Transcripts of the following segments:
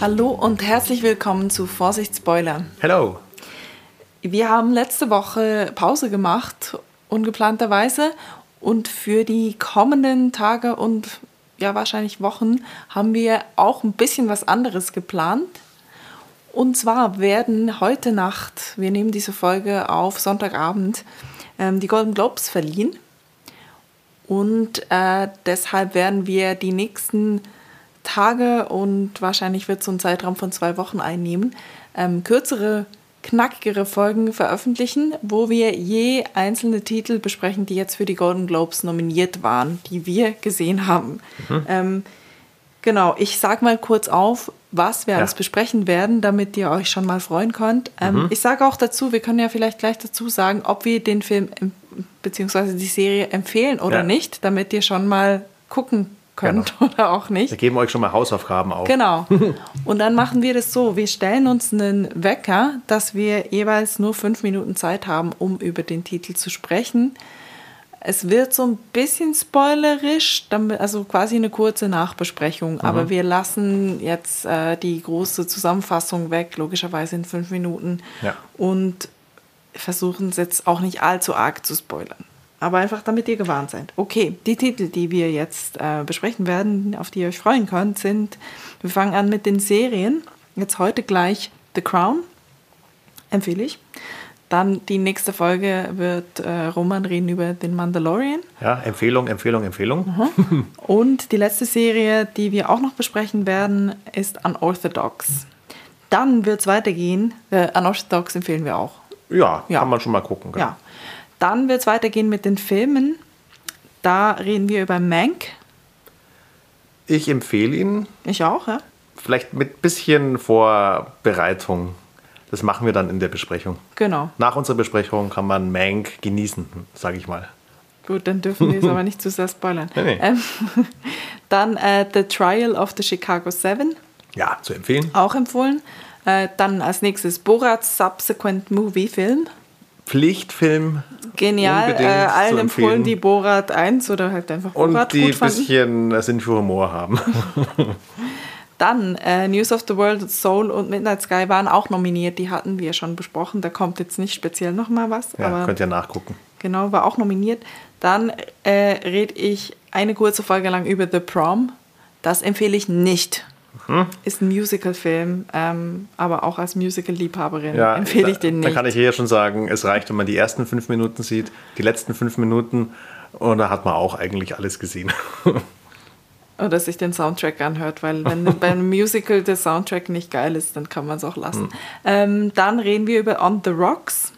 Hallo und herzlich willkommen zu Vorsicht Spoiler. Hello. Wir haben letzte Woche Pause gemacht, ungeplanterweise. Und für die kommenden Tage und ja wahrscheinlich Wochen haben wir auch ein bisschen was anderes geplant. Und zwar werden heute Nacht, wir nehmen diese Folge auf Sonntagabend, die Golden Globes verliehen. Und deshalb werden wir die nächsten Tage und wahrscheinlich wird so ein Zeitraum von 2 Wochen einnehmen, kürzere, knackigere Folgen veröffentlichen, wo wir je einzelne Titel besprechen, die jetzt für die Golden Globes nominiert waren, die wir gesehen haben. Genau, ich sage mal kurz auf, was wir alles besprechen werden, damit ihr euch schon mal freuen könnt. Ich sage auch dazu, wir können ja vielleicht gleich dazu sagen, ob wir den Film bzw. die Serie empfehlen oder nicht, damit ihr schon mal gucken könnt oder auch nicht. Wir geben euch schon mal Hausaufgaben auf. Genau. Und dann machen wir das so, wir stellen uns einen Wecker, dass wir jeweils nur 5 Minuten Zeit haben, um über den Titel zu sprechen. Es wird so ein bisschen spoilerisch, also quasi eine kurze Nachbesprechung, aber wir lassen jetzt die große Zusammenfassung weg, logischerweise in 5 Minuten und versuchen es jetzt auch nicht allzu arg zu spoilern. Aber einfach, damit ihr gewarnt seid. Okay, die Titel, die wir jetzt besprechen werden, auf die ihr euch freuen könnt, sind, wir fangen an mit den Serien. Jetzt heute gleich The Crown, empfehle ich. Dann die nächste Folge wird Roman reden über den Mandalorian. Ja, Empfehlung. Und die letzte Serie, die wir auch noch besprechen werden, ist Unorthodox. Dann wird es weitergehen. Unorthodox empfehlen wir auch. Ja, kann man schon mal gucken. Genau. Ja. Dann wird es weitergehen mit den Filmen. Da reden wir über Mank. Ich empfehle ihn. Ich auch, ja. Vielleicht mit bisschen Vorbereitung. Das machen wir dann in der Besprechung. Genau. Nach unserer Besprechung kann man Mank genießen, sage ich mal. Gut, dann dürfen wir es aber nicht zu sehr spoilern. Nee. Dann The Trial of the Chicago 7. Ja, zu empfehlen. Auch empfohlen. Dann als nächstes Borat's Subsequent Movie Film. Pflichtfilm. Genial. Allen empfohlen, die Borat 1 oder halt einfach Borat und die gut fanden. bisschen Sinn für Humor haben. Dann News of the World, Soul und Midnight Sky waren auch nominiert. Die hatten wir schon besprochen. Da kommt jetzt nicht speziell nochmal was. Ja, aber könnt ihr nachgucken. Genau, war auch nominiert. Dann rede ich eine kurze Folge lang über The Prom. Das empfehle ich nicht. Ist ein Musical-Film, aber auch als Musical-Liebhaberin empfehle ich den nicht. Da kann ich hier schon sagen, es reicht, wenn man die ersten 5 Minuten sieht, die letzten 5 Minuten und da hat man auch eigentlich alles gesehen. Oder sich den Soundtrack anhört, weil wenn bei einem Musical der Soundtrack nicht geil ist, dann kann man es auch lassen. Dann reden wir über On the Rocks.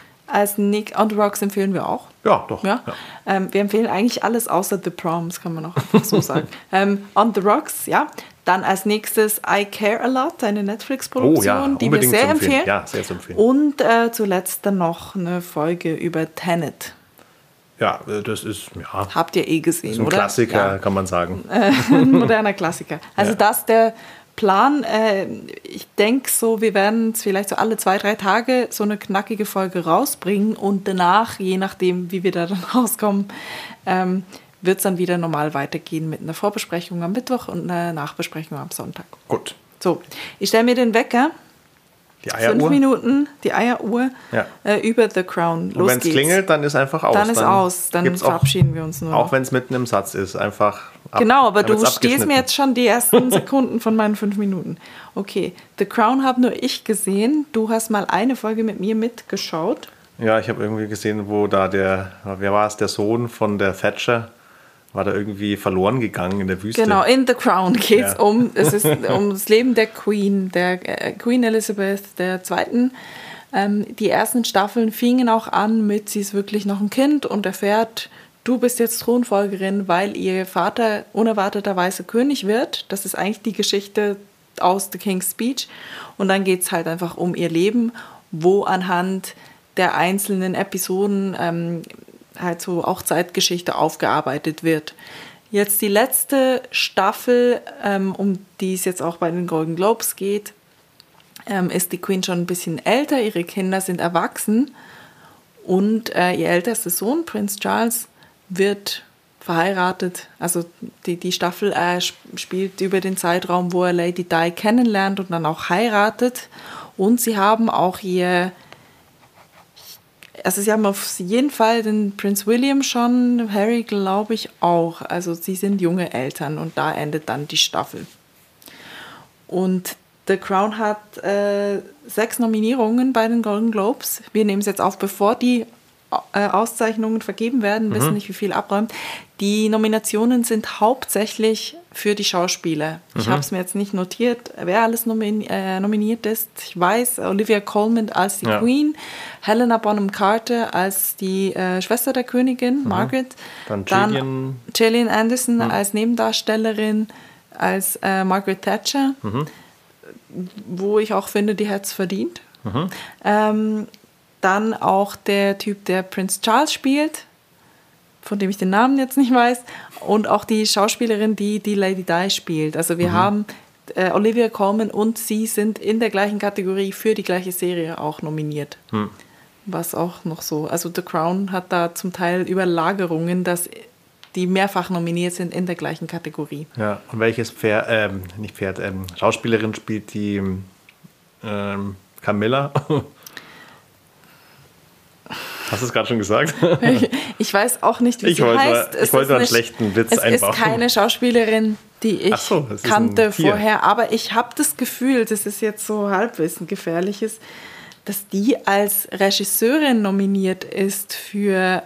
On the Rocks empfehlen wir auch. Ja, doch. Ja? Wir empfehlen eigentlich alles außer The Prom, das kann man auch einfach so sagen. On the Rocks, ja. Dann als nächstes I Care A Lot, eine Netflix-Produktion, die wir sehr empfehlen. Ja, sehr zu empfehlen. Und zuletzt dann noch eine Folge über Tenet. Ja, das ist, Habt ihr gesehen, ist ein oder? Klassiker, kann man sagen. Ein moderner Klassiker. Also das ist der Plan. Ich denke so, wir werden vielleicht so alle 2-3 Tage so eine knackige Folge rausbringen und danach, je nachdem, wie wir da dann rauskommen, wird es dann wieder normal weitergehen mit einer Vorbesprechung am Mittwoch und einer Nachbesprechung am Sonntag. Gut. So, ich stelle mir den Wecker. Die Eieruhr. 5 Minuten, die Eieruhr über The Crown. Los und wenn es klingelt, dann ist einfach aus. Dann ist aus, dann verabschieden wir uns nur. Auch wenn es mitten im Satz ist, einfach Genau, aber du stehst mir jetzt schon die ersten Sekunden von meinen 5 Minuten. Okay, The Crown habe nur ich gesehen. Du hast mal eine Folge mit mir mitgeschaut. Ja, ich habe irgendwie gesehen, wo da der Sohn von der Thatcher, war da irgendwie verloren gegangen in der Wüste. Genau, in The Crown geht es um das Leben der Queen, Queen Elizabeth II. Die ersten Staffeln fingen auch an mit, sie ist wirklich noch ein Kind und erfährt, du bist jetzt Thronfolgerin, weil ihr Vater unerwarteterweise König wird. Das ist eigentlich die Geschichte aus The King's Speech. Und dann geht es halt einfach um ihr Leben, wo anhand der einzelnen Episoden halt so auch Zeitgeschichte aufgearbeitet wird. Jetzt die letzte Staffel, um die es jetzt auch bei den Golden Globes geht, ist die Queen schon ein bisschen älter, ihre Kinder sind erwachsen und ihr ältester Sohn, Prinz Charles, wird verheiratet. Also die Staffel spielt über den Zeitraum, wo er Lady Di kennenlernt und dann auch heiratet. Und sie haben auch sie haben auf jeden Fall den Prinz William schon, Harry glaube ich auch. Also sie sind junge Eltern und da endet dann die Staffel. Und The Crown hat 6 Nominierungen bei den Golden Globes. Wir nehmen es jetzt auf, bevor die Auszeichnungen vergeben werden, wissen nicht, wie viel abräumt. Die Nominationen sind hauptsächlich für die Schauspieler. Ich habe es mir jetzt nicht notiert, wer alles nominiert ist. Ich weiß, Olivia Colman als die Queen, Helena Bonham Carter als die Schwester der Königin, Margaret. Dann Gillian Anderson als Nebendarstellerin, als Margaret Thatcher, wo ich auch finde, die hat es verdient. Dann auch der Typ, der Prinz Charles spielt, von dem ich den Namen jetzt nicht weiß, und auch die Schauspielerin, die Lady Di spielt. Also wir haben Olivia Colman und sie sind in der gleichen Kategorie für die gleiche Serie auch nominiert. Was auch noch so, also The Crown hat da zum Teil Überlagerungen, dass die mehrfach nominiert sind in der gleichen Kategorie. Ja, und welches Schauspielerin spielt die Camilla? Hast du es gerade schon gesagt? Ich weiß auch nicht, wie sie heißt. Ich wollte einen schlechten Witz einbauen. Es ist keine Schauspielerin, die ich kannte vorher. Aber ich habe das Gefühl, das ist jetzt so Halbwissen Gefährliches, dass die als Regisseurin nominiert ist für,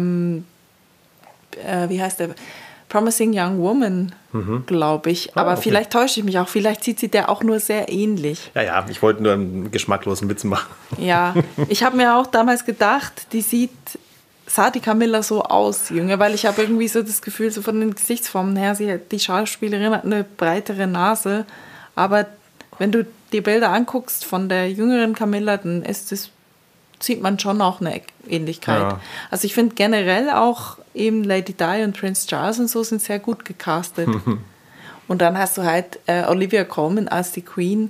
wie heißt der? Promising Young Woman, glaube ich. Aber vielleicht täusche ich mich auch. Vielleicht sieht sie der auch nur sehr ähnlich. Ja, ich wollte nur einen geschmacklosen Witz machen. Ja, ich habe mir auch damals gedacht, sah die Camilla so aus, Junge, weil ich habe irgendwie so das Gefühl, so von den Gesichtsformen her, die Schauspielerin hat eine breitere Nase. Aber wenn du die Bilder anguckst von der jüngeren Camilla, dann sieht man schon auch eine Ähnlichkeit. Ja. Also ich finde generell auch eben Lady Di und Prince Charles und so sind sehr gut gecastet. Und dann hast du halt Olivia Colman als die Queen.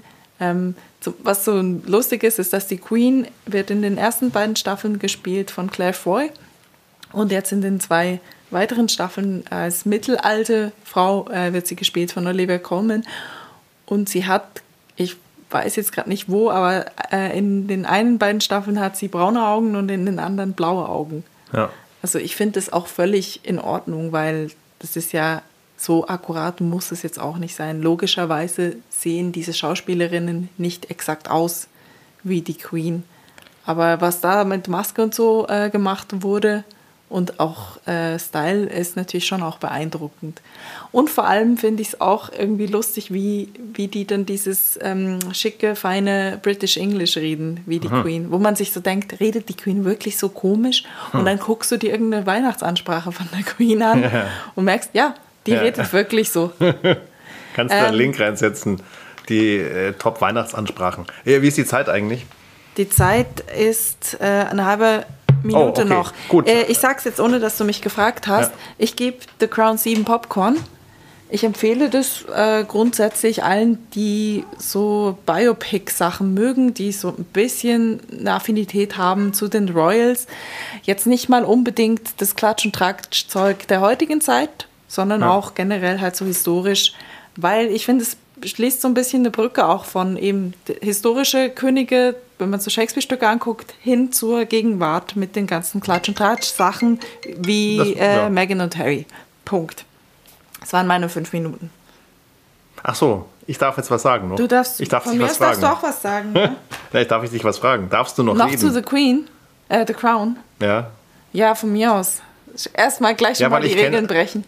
Was so lustig ist, dass die Queen wird in den ersten beiden Staffeln gespielt von Claire Foy und jetzt in den 2 weiteren Staffeln als mittelalte Frau wird sie gespielt von Olivia Colman. Und sie hat, ich weiß jetzt gerade nicht wo, aber in den einen beiden Staffeln hat sie braune Augen und in den anderen blaue Augen. Ja. Also ich finde das auch völlig in Ordnung, weil das ist ja so akkurat muss es jetzt auch nicht sein. Logischerweise sehen diese Schauspielerinnen nicht exakt aus wie die Queen. Aber was da mit Maske und so gemacht wurde und auch Style ist natürlich schon auch beeindruckend. Und vor allem finde ich es auch irgendwie lustig, wie die dann dieses schicke, feine British English reden, wie die Queen. Wo man sich so denkt, redet die Queen wirklich so komisch? Und dann guckst du dir irgendeine Weihnachtsansprache von der Queen an und merkst, ja, die redet wirklich so. Kannst du einen Link reinsetzen, die Top-Weihnachtsansprachen. Wie ist die Zeit eigentlich? Die Zeit ist eine halbe Minute noch. Gut. Ich sag's jetzt, ohne dass du mich gefragt hast. Ja. Ich gebe The Crown 7 Popcorn. Ich empfehle das grundsätzlich allen, die so Biopic-Sachen mögen, die so ein bisschen eine Affinität haben zu den Royals. Jetzt nicht mal unbedingt das Klatsch- und Tratsch-Zeug der heutigen Zeit, sondern auch generell halt so historisch, weil ich finde, es schließt so ein bisschen eine Brücke auch von eben historische Könige, wenn man so Shakespeare-Stücke anguckt, hin zur Gegenwart mit den ganzen Klatsch- und Tratsch-Sachen wie Meghan und Harry. Punkt. Das waren meine 5 Minuten. Ach so, ich darf jetzt was sagen, noch? Du darfst, ich darf von mir aus darfst du auch was sagen. Ne? Vielleicht darf ich dich was fragen. Darfst du noch reden? Noch zu The Queen, The Crown? Ja. Ja, von mir aus. Erstmal gleich schon mal die Regeln brechen.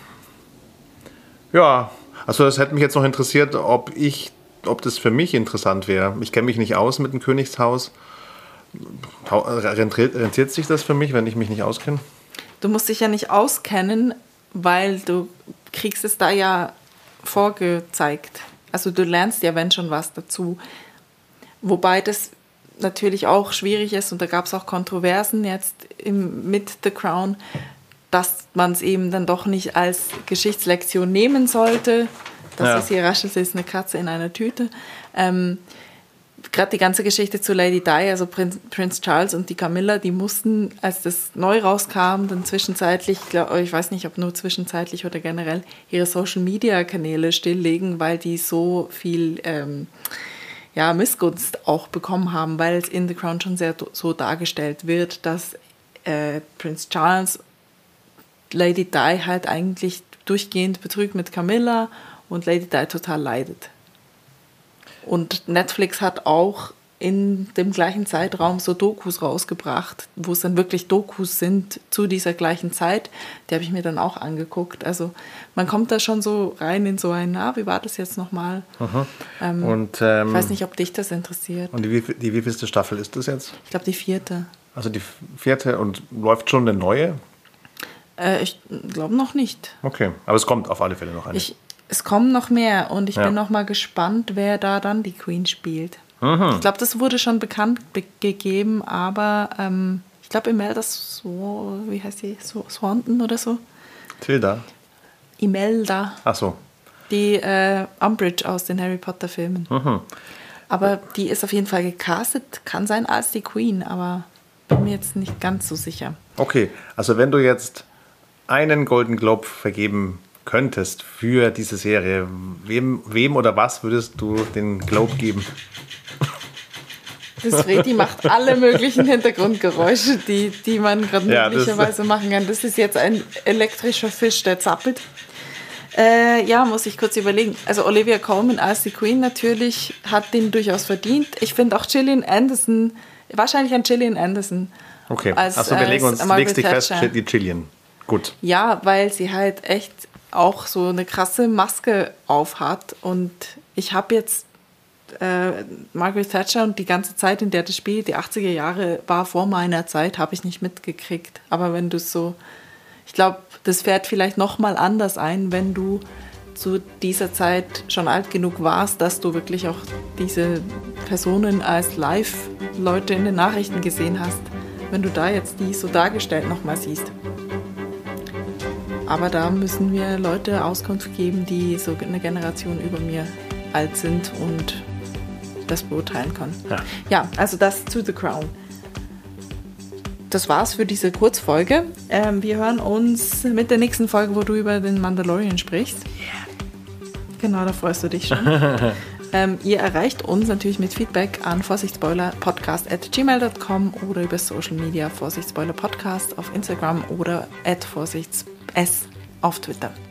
Ja, also das hätte mich jetzt noch interessiert, ob das für mich interessant wäre. Ich kenne mich nicht aus mit dem Königshaus. Rentiert sich das für mich, wenn ich mich nicht auskenne? Du musst dich ja nicht auskennen, weil du kriegst es da ja vorgezeigt. Also du lernst ja, wenn schon, was dazu. Wobei das natürlich auch schwierig ist und da gab es auch Kontroversen jetzt mit The Crown, dass man es eben dann doch nicht als Geschichtslektion nehmen sollte. Das ist hier raschelt, ist eine Katze in einer Tüte. gerade die ganze Geschichte zu Lady Di, also Prinz Charles und die Camilla, die mussten, als das neu rauskam, dann zwischenzeitlich, ich weiß nicht, ob nur zwischenzeitlich oder generell, ihre Social-Media-Kanäle stilllegen, weil die so viel Missgunst auch bekommen haben, weil es in The Crown schon sehr so dargestellt wird, dass Prinz Charles Lady Di halt eigentlich durchgehend betrügt mit Camilla und Lady Di total leidet. Und Netflix hat auch in dem gleichen Zeitraum so Dokus rausgebracht, wo es dann wirklich Dokus sind zu dieser gleichen Zeit. Die habe ich mir dann auch angeguckt. Also man kommt da schon so rein in so ein, wie war das jetzt nochmal? Und, ich weiß nicht, ob dich das interessiert. Und die wievielte Staffel ist das jetzt? Ich glaube die 4. Also die 4. und läuft schon eine neue? Ich glaube noch nicht. Okay, aber es kommt auf alle Fälle noch eine. Es kommen noch mehr und ich bin noch mal gespannt, wer da dann die Queen spielt. Ich glaube, das wurde schon bekannt gegeben, aber ich glaube, Imelda wie heißt die? Swanton oder so? Tilda? Imelda. Ach so. Die Umbridge aus den Harry Potter Filmen. Aber die ist auf jeden Fall gecastet, kann sein als die Queen, aber bin mir jetzt nicht ganz so sicher. Okay, also wenn du jetzt einen Golden Globe vergeben könntest für diese Serie, wem oder was würdest du den Globe geben? Das Fredi macht alle möglichen Hintergrundgeräusche, die man gerade möglicherweise machen kann. Das ist jetzt ein elektrischer Fisch, der zappelt. Muss ich kurz überlegen. Also Olivia Colman als die Queen natürlich hat den durchaus verdient. Ich finde auch Gillian Anderson, wahrscheinlich an Gillian Anderson. Okay, also wir legen uns nächstes fest, die Gillian. Gut. Ja, weil sie halt echt auch so eine krasse Maske aufhat. Und ich habe jetzt Margaret Thatcher und die ganze Zeit, in der das spielt, die 80er Jahre, war vor meiner Zeit, habe ich nicht mitgekriegt. Aber wenn du so, ich glaube, das fährt vielleicht nochmal anders ein, wenn du zu dieser Zeit schon alt genug warst, dass du wirklich auch diese Personen als Live-Leute in den Nachrichten gesehen hast. Wenn du da jetzt die so dargestellt nochmal siehst. Aber da müssen wir Leute Auskunft geben, die so eine Generation über mir alt sind und das beurteilen können. Ja, also das zu The Crown. Das war's für diese Kurzfolge. Wir hören uns mit der nächsten Folge, wo du über den Mandalorian sprichst. Genau, da freust du dich schon. Ihr erreicht uns natürlich mit Feedback an vorsichtsspoilerpodcast@gmail.com oder über Social Media Vorsichtsspoiler Podcast auf Instagram oder @vorsichts auf Twitter.